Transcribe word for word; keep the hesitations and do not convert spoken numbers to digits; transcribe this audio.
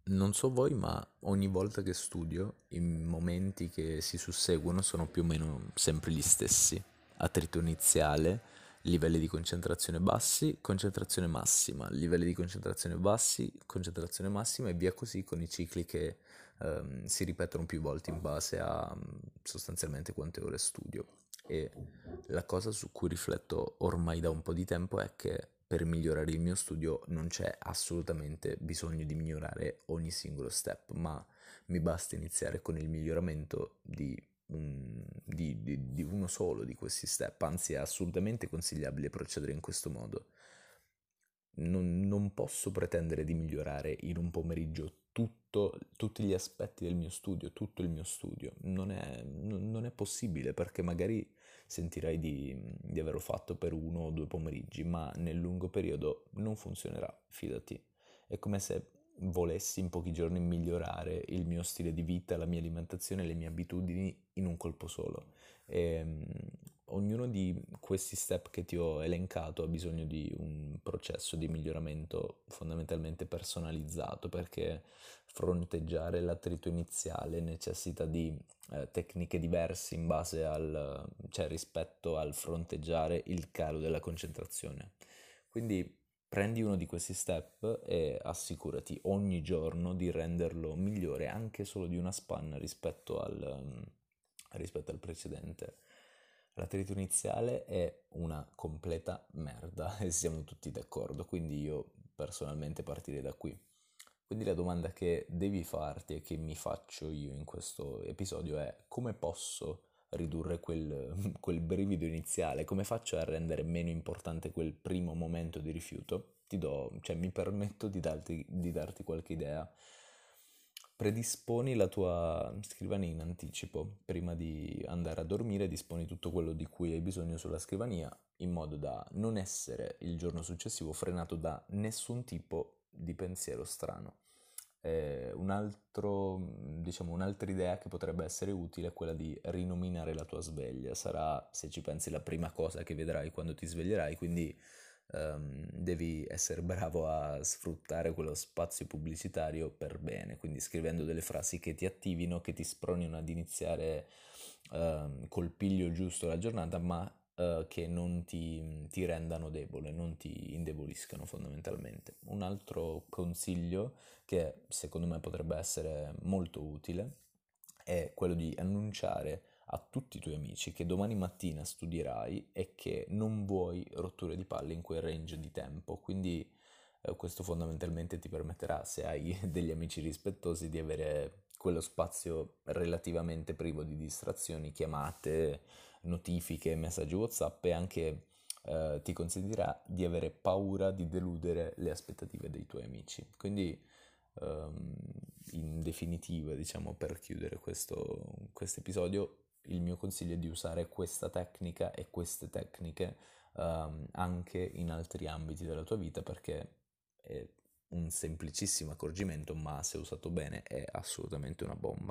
Non so voi, ma ogni volta che studio, i momenti che si susseguono sono più o meno sempre gli stessi. Attrito iniziale, livelli di concentrazione bassi, concentrazione massima, livelli di concentrazione bassi, concentrazione massima e via così con i cicli che ehm, si ripetono più volte in base a mm, sostanzialmente quante ore studio. E la cosa su cui rifletto ormai da un po' di tempo è che per migliorare il mio studio non c'è assolutamente bisogno di migliorare ogni singolo step, ma mi basta iniziare con il miglioramento di, un- di- di- di uno solo di questi step, anzi è assolutamente consigliabile procedere in questo modo. Non, non posso pretendere di migliorare in un pomeriggio tutto- tutti gli aspetti del mio studio, tutto il mio studio. Non è, non- non è possibile perché magari sentirai di, di averlo fatto per uno o due pomeriggi, ma nel lungo periodo non funzionerà, fidati. È come se volessi in pochi giorni migliorare il mio stile di vita, la mia alimentazione, le mie abitudini in un colpo solo. E, mm, ognuno di questi step che ti ho elencato ha bisogno di un processo di miglioramento fondamentalmente personalizzato perché fronteggiare l'attrito iniziale necessita di eh, tecniche diverse in base al, cioè rispetto al fronteggiare il calo della concentrazione. Quindi prendi uno di questi step e assicurati ogni giorno di renderlo migliore anche solo di una spanna rispetto al, um, rispetto al precedente. L'attrito iniziale è una completa merda e siamo tutti d'accordo, quindi io personalmente partirei da qui. Quindi la domanda che devi farti e che mi faccio io in questo episodio è come posso ridurre quel, quel brivido iniziale, come faccio a rendere meno importante quel primo momento di rifiuto? Ti do, cioè mi permetto di darti, di darti qualche idea. Predisponi la tua scrivania in anticipo, prima di andare a dormire, disponi tutto quello di cui hai bisogno sulla scrivania, in modo da non essere il giorno successivo frenato da nessun tipo di pensiero strano. Eh, un altro, diciamo, un'altra idea che potrebbe essere utile è quella di rinominare la tua sveglia. Sarà, se ci pensi, la prima cosa che vedrai quando ti sveglierai, quindi ehm, devi essere bravo a sfruttare quello spazio pubblicitario per bene, quindi scrivendo delle frasi che ti attivino, che ti spronino ad iniziare ehm, col piglio giusto la giornata, ma eh, che non ti, ti rendano debole, non ti indeboliscano fondamentalmente. Un altro consiglio che secondo me potrebbe essere molto utile è quello di annunciare a tutti i tuoi amici che domani mattina studierai e che non vuoi rotture di palle in quel range di tempo. Quindi eh, questo fondamentalmente ti permetterà, se hai degli amici rispettosi, di avere quello spazio relativamente privo di distrazioni, chiamate, notifiche, messaggi WhatsApp e anche eh, ti consentirà di avere paura di deludere le aspettative dei tuoi amici. Quindi ehm, in definitiva, diciamo, per chiudere questo episodio, il mio consiglio è di usare questa tecnica e queste tecniche ehm, anche in altri ambiti della tua vita perché è un semplicissimo accorgimento, ma se usato bene è assolutamente una bomba.